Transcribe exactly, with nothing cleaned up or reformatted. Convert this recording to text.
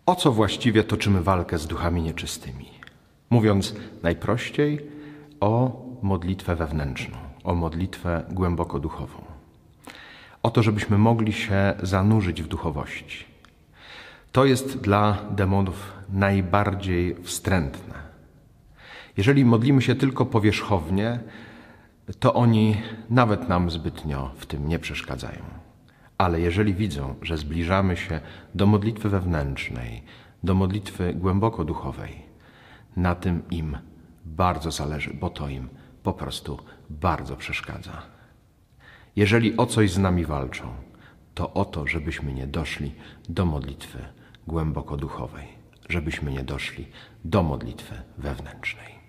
O co właściwie toczymy walkę z duchami nieczystymi? Mówiąc najprościej, o modlitwę wewnętrzną, o modlitwę głęboko duchową. O to, żebyśmy mogli się zanurzyć w duchowości. To jest dla demonów najbardziej wstrętne. Jeżeli modlimy się tylko powierzchownie, to oni nawet nam zbytnio w tym nie przeszkadzają. Ale jeżeli widzą, że zbliżamy się do modlitwy wewnętrznej, do modlitwy głęboko duchowej, na tym im bardzo zależy, bo to im po prostu bardzo przeszkadza. Jeżeli o coś z nami walczą, to o to, żebyśmy nie doszli do modlitwy głęboko duchowej, żebyśmy nie doszli do modlitwy wewnętrznej.